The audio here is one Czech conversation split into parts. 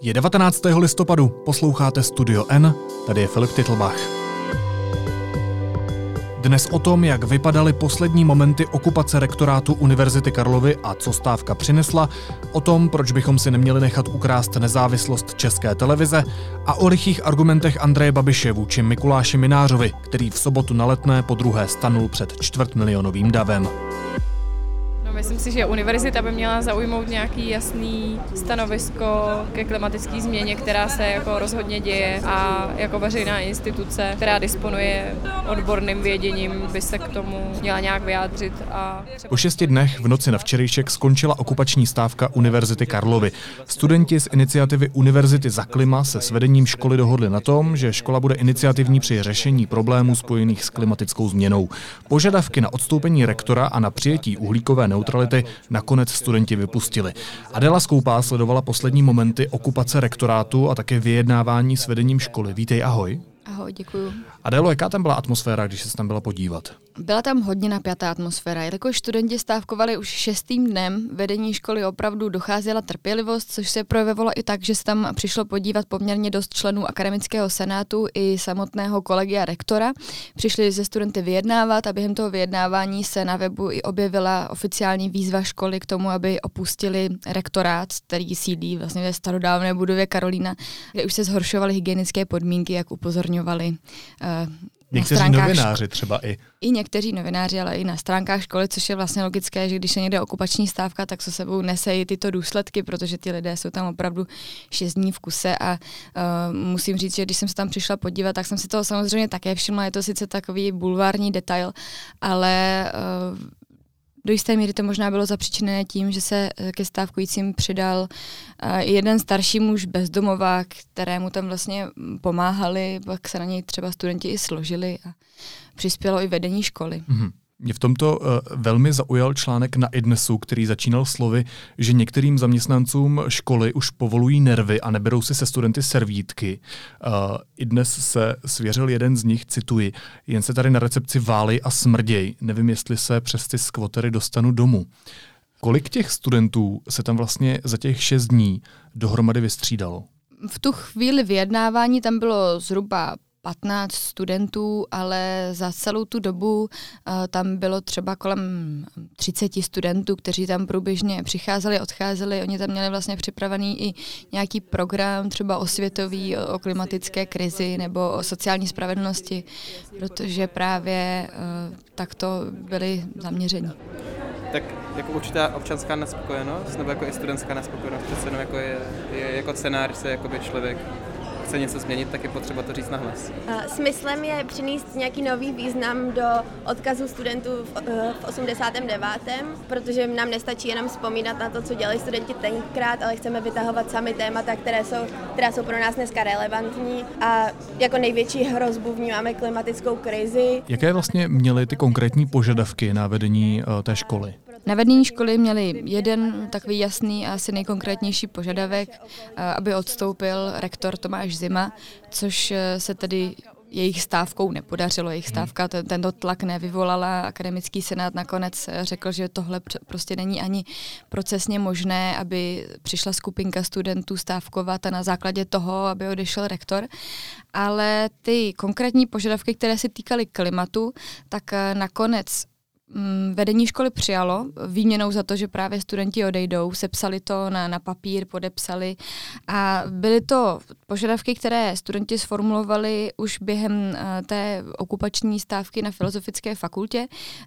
Je 19. listopadu, posloucháte Studio N, tady je Filip Titlbach. Dnes o tom, jak vypadaly poslední momenty okupace rektorátu Univerzity Karlovy a co stávka přinesla, o tom, proč bychom si neměli nechat ukrást nezávislost České televize a o lichých argumentech Andreje Babiše vůči Mikuláši Mynářovi, který v sobotu na Letné podruhé stanul před 250 000 davem. Myslím si, že univerzita by měla zaujmout nějaký jasný stanovisko ke klimatické změně, která se jako rozhodně děje, a jako veřejná instituce, která disponuje odborným věděním, by se k tomu měla nějak vyjádřit. Po 6 dnech v noci na včerejšek skončila okupační stávka Univerzity Karlovy. Studenti z iniciativy Univerzity za klima se s vedením školy dohodli na tom, že škola bude iniciativní při řešení problémů spojených s klimatickou změnou. Požadavky na odstoupení rektora a na přijetí uhlíkové neutrality nakonec studenti vypustili. Adéla Skoupá sledovala poslední momenty okupace rektorátu a také vyjednávání s vedením školy. Vítej, ahoj. Ahoj, děkuju. Adélo, jaká tam byla atmosféra, když jsi tam byla podívat? Byla tam hodně napjatá atmosféra, jelikož studenti stávkovali už 6. dnem, vedení školy opravdu docházela trpělivost, což se projevovalo i tak, že se tam přišlo podívat poměrně dost členů akademického senátu i samotného kolegia rektora. Přišli se studenty vyjednávat a během toho vyjednávání se na webu i objevila oficiální výzva školy k tomu, aby opustili rektorát, který sídlí vlastně ve starodávné budově Karolína, kde už se zhoršovaly hygienické podmínky, jak upozorňovali někteří novináři třeba i. I někteří novináři, ale i na stránkách školy, což je vlastně logické, že když je někde okupační stávka, tak se sebou nese i tyto důsledky, protože ty lidé jsou tam opravdu 6 dní v kuse a musím říct, že když jsem se tam přišla podívat, tak jsem si toho samozřejmě také všimla. Je to sice takový bulvární detail, ale do jisté míry to možná bylo zapříčiněné tím, že se ke stávkujícím přidal jeden starší muž bezdomová, kterému tam vlastně pomáhali, pak se na něj třeba studenti i složili a přispělo i vedení školy. Mm-hmm. Mě v tomto velmi zaujal článek na iDnesu, který začínal slovy, že některým zaměstnancům školy už povolují nervy a neberou si se studenty servítky. iDnes se svěřil jeden z nich, cituji, jen se tady na recepci válej a smrděj, nevím, jestli se přes ty skvotery dostanu domů. Kolik těch studentů se tam vlastně za těch 6 dní dohromady vystřídalo? V tu chvíli vyjednávání tam bylo zhruba 15 studentů, ale za celou tu dobu tam bylo třeba kolem 30 studentů, kteří tam průběžně přicházeli, odcházeli. Oni tam měli vlastně připravený i nějaký program, třeba osvětový, o klimatické krizi nebo o sociální spravedlnosti, protože právě takto byli zaměřeni. Tak jako určitá občanská nespokojenost, nebo jako i studentská nespokojenost, přece jenom jako je jako scénář, se jakoby člověk chce něco změnit, tak je potřeba to říct nahlas. Smyslem je přinést nějaký nový význam do odkazu studentů v 89., protože nám nestačí jenom vzpomínat na to, co dělali studenti tenkrát, ale chceme vytahovat sami témata, která jsou pro nás dneska relevantní, a jako největší hrozbu vnímáme klimatickou krizi. Jaké vlastně měly ty konkrétní požadavky na vedení té školy? Na vedení školy měli jeden takový jasný a asi nejkonkrétnější požadavek, aby odstoupil rektor Tomáš Zima, což se tedy jejich stávkou nepodařilo. Jejich stávka tento tlak nevyvolala. Akademický senát nakonec řekl, že tohle prostě není ani procesně možné, aby přišla skupinka studentů stávkovat a na základě toho, aby odešel rektor. Ale ty konkrétní požadavky, které se týkaly klimatu, tak nakonec vedení školy přijalo výměnou za to, že právě studenti odejdou, sepsali to na papír, podepsali, a byly to požadavky, které studenti sformulovali už během té okupační stávky na Filozofické fakultě,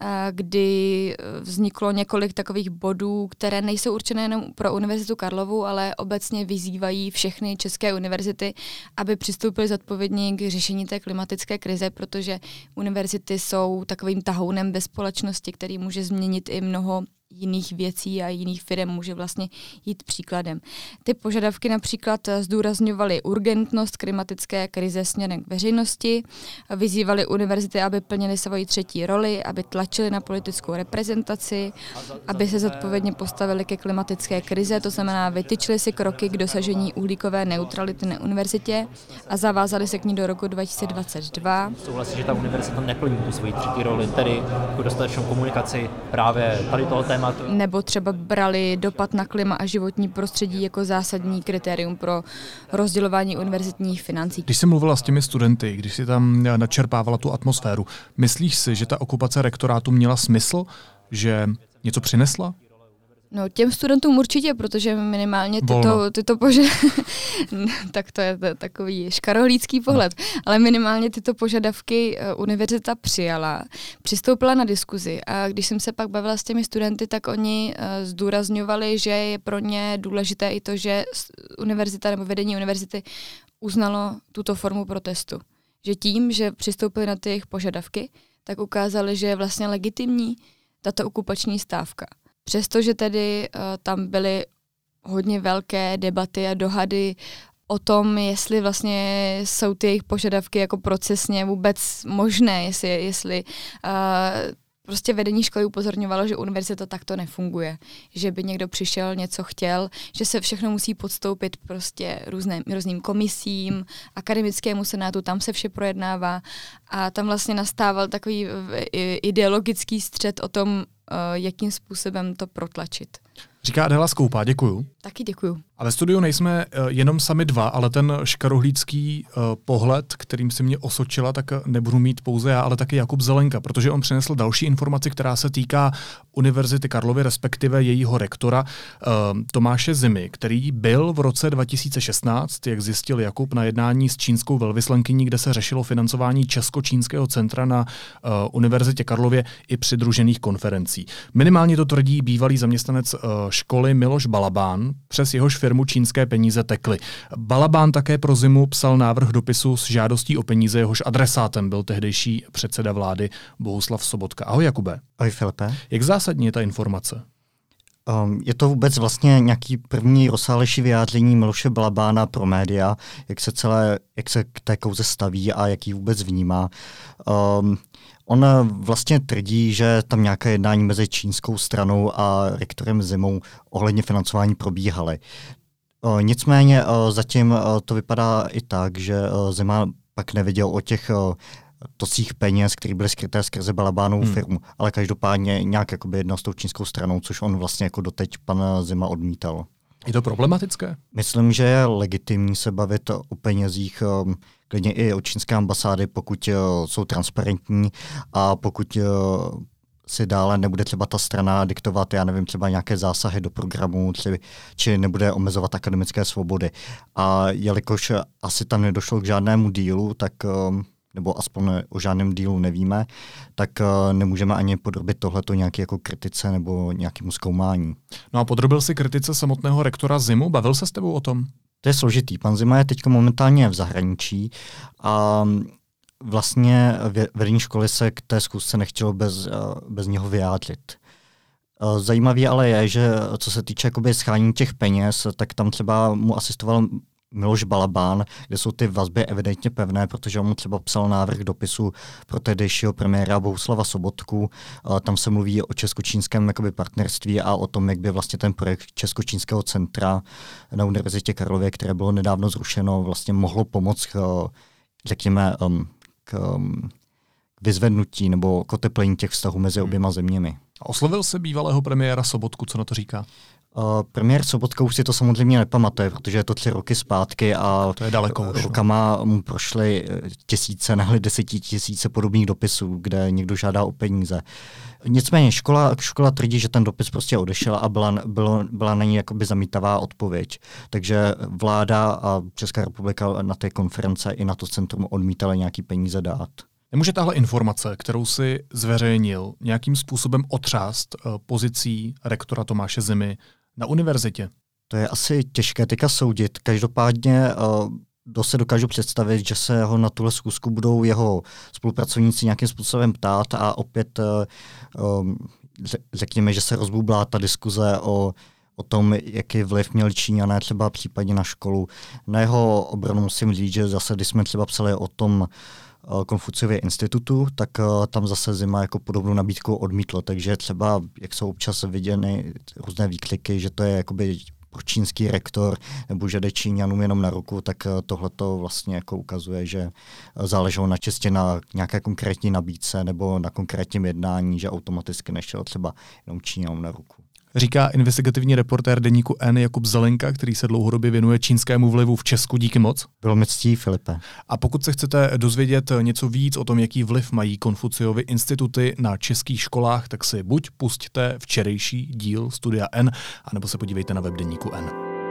kdy vzniklo několik takových bodů, které nejsou určené jenom pro Univerzitu Karlovu, ale obecně vyzývají všechny české univerzity, aby přistoupily zodpovědně k řešení té klimatické krize, protože univerzity jsou takovým tahounem bez společnosti, který může změnit i mnoho jiných věcí a jiných firm, může vlastně jít příkladem. Ty požadavky například zdůrazňovaly urgentnost klimatické krize směrem k veřejnosti, vyzývaly univerzity, aby plnily svoji třetí roli, aby tlačily na politickou reprezentaci, aby se zodpovědně postavili ke klimatické krize, to znamená vytyčili si kroky k dosažení uhlíkové neutrality na univerzitě a zavázali se k ní do roku 2022. Souhlasí, že ta univerzita neplní tu svoji třetí roli, tedy jako dostatečnou komunikaci právě tady toho tématu tématu. Nebo třeba brali dopad na klima a životní prostředí jako zásadní kritérium pro rozdělování univerzitních financí. Když jsi mluvila s těmi studenty, když jsi tam načerpávala tu atmosféru, myslíš si, že ta okupace rektorátu měla smysl, že něco přinesla? No těm studentům určitě, protože minimálně tyto tak to je takový škarohlídský pohled, ale minimálně tyto požadavky univerzita přijala, přistoupila na diskuzi a když jsem se pak bavila s těmi studenty, tak oni zdůrazňovali, že je pro ně důležité i to, že univerzita nebo vedení univerzity uznalo tuto formu protestu. Že tím, že přistoupili na ty jejich požadavky, tak ukázali, že je vlastně legitimní tato okupační stávka. Přestože tedy tam byly hodně velké debaty a dohady o tom, jestli vlastně jsou ty jejich požadavky jako procesně vůbec možné, jestli prostě vedení školy upozorňovalo, že univerzita takto nefunguje, že by někdo přišel, něco chtěl, že se všechno musí podstoupit prostě různým komisím, akademickému senátu, tam se vše projednává a tam vlastně nastával takový ideologický střet o tom, jakým způsobem to protlačit. Říká Adela Skoupá, děkuju. Taky děkuju. A ve studiu nejsme jenom sami dva, ale ten škarohlídský pohled, kterým si mě osočila, tak nebudu mít pouze já, ale taky Jakub Zelenka, protože on přinesl další informaci, která se týká Univerzity Karlovy, respektive jejího rektora Tomáše Zimy, který byl v roce 2016, jak zjistil Jakub, na jednání s čínskou velvyslankyní, kde se řešilo financování Česko-čínského centra na Univerzitě Karlově i přidružených konferencí. Minimálně to tvrdí bývalý zaměstnanec školy Miloš Balabán, přes jehož firmu čínské peníze tekly. Balabán také pro Zimu psal návrh dopisu s žádostí o peníze, jehož adresátem byl tehdejší předseda vlády Bohuslav Sobotka. Ahoj Jakube. Ahoj Filipe. Jak zásadní je ta informace? Je to vůbec vlastně nějaký první rozsáhlejší vyjádření Miloše Balabána pro média, jak se k té kauze staví a jak ji vůbec vnímá. On vlastně tvrdí, že tam nějaké jednání mezi čínskou stranou a rektorem Zimou ohledně financování probíhaly. Nicméně zatím to vypadá i tak, že Zima pak nevěděl o těch tocích peněz, které byly skryté skrze Balabánovu firmu, ale každopádně nějak jakoby jednal s tou čínskou stranou, což on vlastně jako doteď pan Zima odmítal. Je to problematické? Myslím, že je legitimní se bavit o penězích, klidně i od čínské ambasády, pokud jsou transparentní a pokud si dále nebude třeba ta strana diktovat, já nevím, třeba nějaké zásahy do programu, či nebude omezovat akademické svobody. A jelikož asi tam nedošlo k žádnému dílu, tak nebo aspoň o žádném dílu nevíme, tak nemůžeme ani podrobit tohleto nějaké jako kritice nebo nějakému zkoumání. No a podrobil si kritice samotného rektora Zimu? Bavil se s tebou o tom? To je složitý. Pan Zima je teď momentálně v zahraničí a vlastně vedení školy se k té zkusce nechtělo bez něho vyjádřit. Zajímavý ale je, že co se týče shánění těch peněz, tak tam třeba mu asistoval Miloš Balabán, kde jsou ty vazby evidentně pevné, protože on mu třeba psal návrh dopisu pro tehdejšího premiéra Bohuslava Sobotku. Tam se mluví o česko-čínském partnerství a o tom, jak by vlastně ten projekt Česko-čínského centra na Univerzitě Karlově, které bylo nedávno zrušeno, vlastně mohlo pomoct řekněme, k vyzvednutí nebo k oteplení těch vztahů mezi oběma zeměmi. A oslovil se bývalého premiéra Sobotku, co na to říká? Premiér Sobotka už si to samozřejmě nepamatuje, protože je to 3 roky zpátky a to je daleko už. Rokama mu prošly tisíce, nehle 10 000 podobných dopisů, kde někdo žádá o peníze. Nicméně škola tvrdí, že ten dopis prostě odešel a byla na ní jakoby zamítavá odpověď. Takže vláda a Česká republika na té konference i na to centrum odmítala nějaký peníze dát. Nemůže tahle informace, kterou si zveřejnil, nějakým způsobem otřást pozicí rektora Tomáše Zimy na univerzitě? To je asi těžké teďka soudit. Každopádně se dokážu představit, že se ho na tuhle schůzku budou jeho spolupracovníci nějakým způsobem ptát a opět řekněme, že se rozbublá ta diskuze o tom, jaký vliv měl Číňané třeba případně na školu. Na jeho obranu musím říct, že zase, když jsme třeba psali o tom Konfuciově institutu, tak tam zase Zima jako podobnou nabídku odmítlo, takže třeba, jak jsou občas viděny různé výkliky, že to je jakoby pročínský rektor, nebo že jde Číňanům jenom na ruku, tak tohle to vlastně jako ukazuje, že záleželo na čistě na nějaké konkrétní nabídce nebo na konkrétním jednání, že automaticky nešlo třeba jenom Číňanům na ruku. Říká investigativní reportér deníku N Jakub Zelenka, který se dlouhodobě věnuje čínskému vlivu v Česku. Díky moc. Bylo mi ctí, Filipe. A pokud se chcete dozvědět něco víc o tom, jaký vliv mají Konfuciovy instituty na českých školách, tak si buď pusťte včerejší díl Studia N, anebo se podívejte na web deníku N.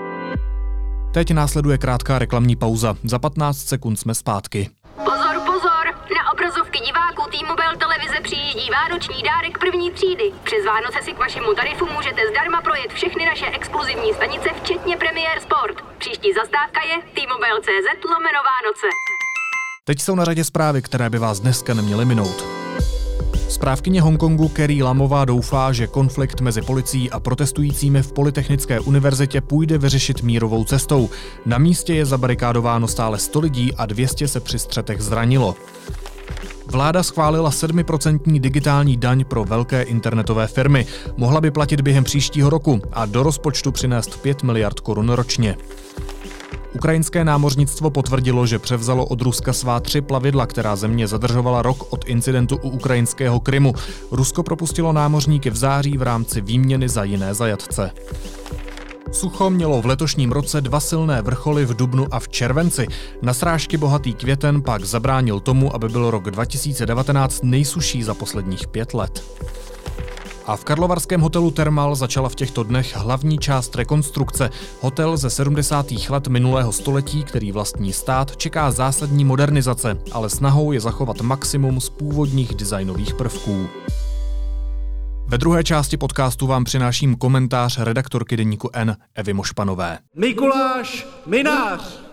Teď následuje krátká reklamní pauza. Za 15 sekund jsme zpátky. Pozor, pozor! Na obrazovky diváků T-Mobile televize přijíždí vánoční dárek první třídy. Přes Vánoce si k vašemu tarifu můžete zdarma projet všechny naše exkluzivní stanice, včetně Premier Sport. Příští zastávka je T-Mobile.cz/Vánoce. Teď jsou na řadě zprávy, které by vás dneska neměly minout. Správkyně Hongkongu Carrie Lamová doufá, že konflikt mezi policií a protestujícími v Polytechnické univerzitě půjde vyřešit mírovou cestou. Na místě je zabarikádováno stále 100 lidí a 200 se při střetech zranilo. Vláda schválila 7% digitální daň pro velké internetové firmy. Mohla by platit během příštího roku a do rozpočtu přinést 5 miliard korun ročně. Ukrajinské námořnictvo potvrdilo, že převzalo od Ruska svá 3 plavidla, která země zadržovala rok od incidentu u ukrajinského Krymu. Rusko propustilo námořníky v září v rámci výměny za jiné zajatce. Sucho mělo v letošním roce 2 silné vrcholy v dubnu a v červenci. Na srážky bohatý květen pak zabránil tomu, aby byl rok 2019 nejsušší za posledních 5 let. A v karlovarském hotelu Thermal začala v těchto dnech hlavní část rekonstrukce. Hotel ze 70. let minulého století, který vlastní stát, čeká zásadní modernizace, ale snahou je zachovat maximum z původních designových prvků. Ve druhé části podcastu vám přináším komentář redaktorky deníku N Evy Mošpanové. Mikuláš Minář!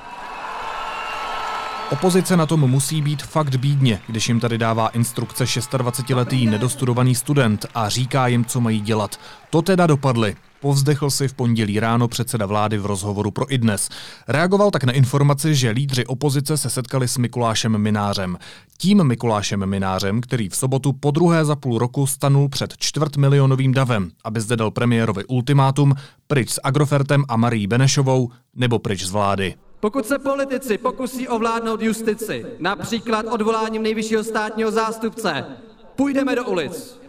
Opozice na tom musí být fakt bídně, když jim tady dává instrukce 26letý nedostudovaný student a říká jim, co mají dělat. To teda dopadli. Povzdechl si v pondělí ráno předseda vlády v rozhovoru pro iDnes. Reagoval tak na informaci, že lídři opozice se setkali s Mikulášem Minářem. Tím Mikulášem Minářem, který v sobotu po druhé za půl roku stanul před 250 000 davem, aby zde dal premiérovi ultimátum pryč s Agrofertem a Marií Benešovou nebo pryč z vlády. Pokud se politici pokusí ovládnout justici, například odvoláním nejvyššího státního zástupce, půjdeme do ulic.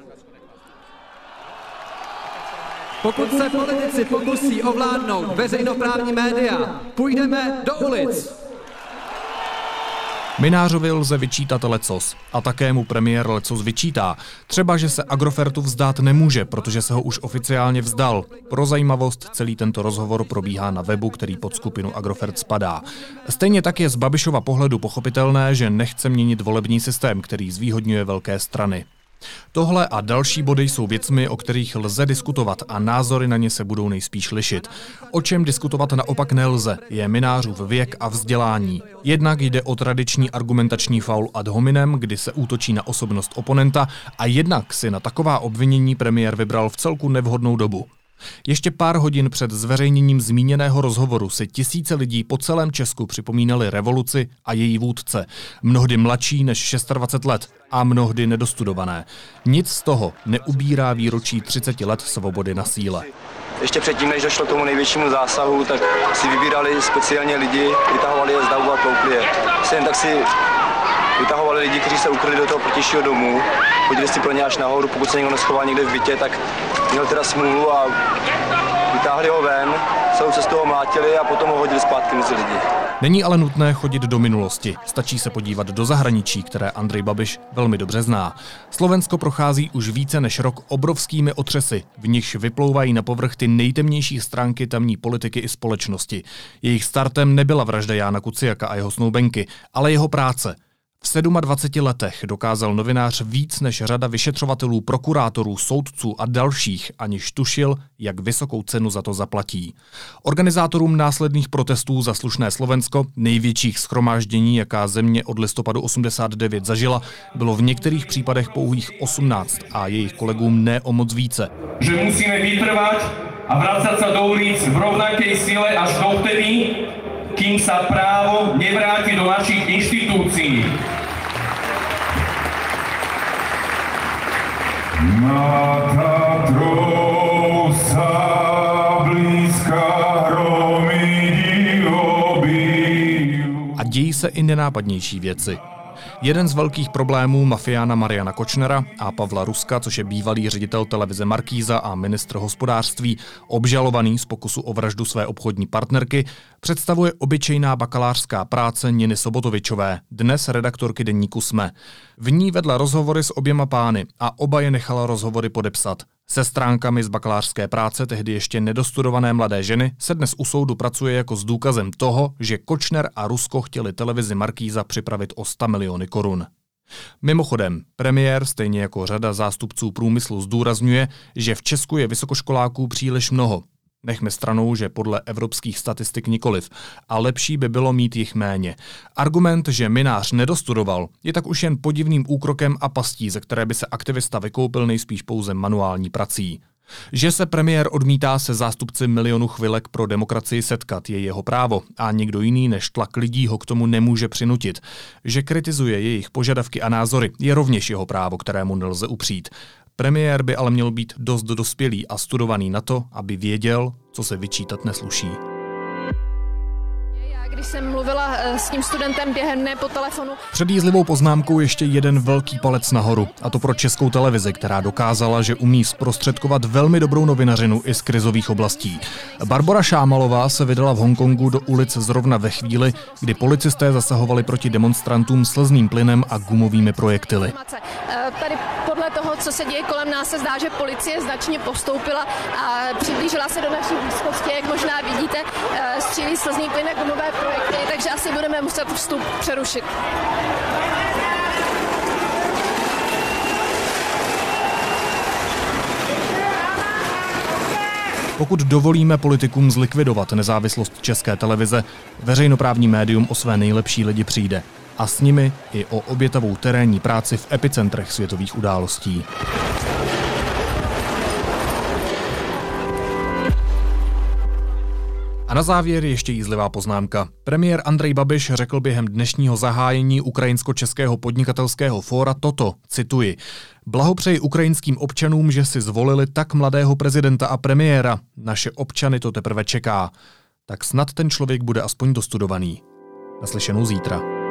Pokud se politici pokusí ovládnout veřejnoprávní média, půjdeme do ulic. Minářovi lze vyčítat lecos a také mu premiér lecos vyčítá. Třeba, že se Agrofertu vzdát nemůže, protože se ho už oficiálně vzdal. Pro zajímavost celý tento rozhovor probíhá na webu, který pod skupinu Agrofert spadá. Stejně tak je z Babišova pohledu pochopitelné, že nechce měnit volební systém, který zvýhodňuje velké strany. Tohle a další body jsou věcmi, o kterých lze diskutovat a názory na ně se budou nejspíš lišit. O čem diskutovat naopak nelze, je Minářův věk a vzdělání. Jednak jde o tradiční argumentační faul ad hominem, kdy se útočí na osobnost oponenta, a jednak si na taková obvinění premiér vybral v celku nevhodnou dobu. Ještě pár hodin před zveřejněním zmíněného rozhovoru si tisíce lidí po celém Česku připomínali revoluci a její vůdce, mnohdy mladší než 26 let a mnohdy nedostudované. Nic z toho neubírá výročí 30 let svobody na síle. Ještě předtím, než došlo k tomu největšímu zásahu, tak si vybírali speciálně lidi, vytahovali je z davu a tloukli je. Jen tak si vytahovali lidi, kteří se ukryli do toho protějšího domu, chodili si pro ně až nahoru, pokud se někdo neschoval někde v bytě, tak měl teda smůlu a vytáhli ho ven, celou cestu ho mlátili a potom ho hodili zpátky mezi lidi. Není ale nutné chodit do minulosti, stačí se podívat do zahraničí, které Andrej Babiš velmi dobře zná. Slovensko prochází už více než rok obrovskými otřesy, v nichž vyplouvají na povrch ty nejtemnější stránky tamní politiky i společnosti. Jejich startem nebyla vražda Jána Kuciaka a jeho snoubenky, ale jeho práce. V 27 letech dokázal novinář víc než řada vyšetřovatelů, prokurátorů, soudců a dalších, aniž tušil, jak vysokou cenu za to zaplatí. Organizátorům následných protestů za slušné Slovensko, největších shromáždění, jaká země od listopadu 89 zažila, bylo v některých případech pouhých 18 a jejich kolegům ne o moc více. Že musíme vytrvat a vracať sa do ulic v rovnakej sile až dovtedy, kým sa právo nevráti do našich inštitúcií. Na Tatrou sa blízka dějí se i nenápadnější věci. Jeden z velkých problémů mafiána Mariana Kočnera a Pavla Ruska, což je bývalý ředitel televize Markíza a ministr hospodářství, obžalovaný z pokusu o vraždu své obchodní partnerky, představuje obyčejná bakalářská práce Niny Sobotovičové, dnes redaktorky deníku SME. V ní vedla rozhovory s oběma pány a oba je nechala rozhovory podepsat. Se stránkami z bakalářské práce tehdy ještě nedostudované mladé ženy se dnes u soudu pracuje jako s důkazem toho, že Kočner a Rusko chtěli televizi Markíza připravit o 100 miliony korun. Mimochodem, premiér, stejně jako řada zástupců průmyslu, zdůrazňuje, že v Česku je vysokoškoláků příliš mnoho. Nechme stranou, že podle evropských statistik nikoliv, a lepší by bylo mít jich méně. Argument, že minář nedostudoval, je tak už jen podivným úkrokem a pastí, ze které by se aktivista vykoupil nejspíš pouze manuální prací. Že se premiér odmítá se zástupci Milionu chvilek pro demokracii setkat, je jeho právo a nikdo jiný než tlak lidí ho k tomu nemůže přinutit. Že kritizuje jejich požadavky a názory, je rovněž jeho právo, kterému nelze upřít. Premiér by ale měl být dost dospělý a studovaný na to, aby věděl, co se vyčítat nesluší. Když jsem mluvila s tím studentem během dne po telefonu. Před jízlivou poznámkou ještě jeden velký palec nahoru, a to pro Českou televizi, která dokázala, že umí zprostředkovat velmi dobrou novinařinu i z krizových oblastí. Barbora Šámalová se vydala v Hongkongu do ulic zrovna ve chvíli, kdy policisté zasahovali proti demonstrantům slzným plynem a gumovými projektily. Tady podle toho, co se děje kolem nás, se zdá, že policie značně postoupila a přiblížila se do naší blízkosti, jak možná vidíte, střílí slzný plyn a gumové projekty, takže asi budeme muset vstup přerušit. Pokud dovolíme politikům zlikvidovat nezávislost České televize, veřejnoprávní médium o své nejlepší lidi přijde. A s nimi i o obětavou terénní práci v epicentrech světových událostí. A na závěr ještě jízlivá poznámka. Premiér Andrej Babiš řekl během dnešního zahájení Ukrajinsko-českého podnikatelského fóra toto, cituji: Blahopřeji ukrajinským občanům, že si zvolili tak mladého prezidenta a premiéra. Naše občany to teprve čeká. Tak snad ten člověk bude aspoň dostudovaný. Naslyšenou zítra.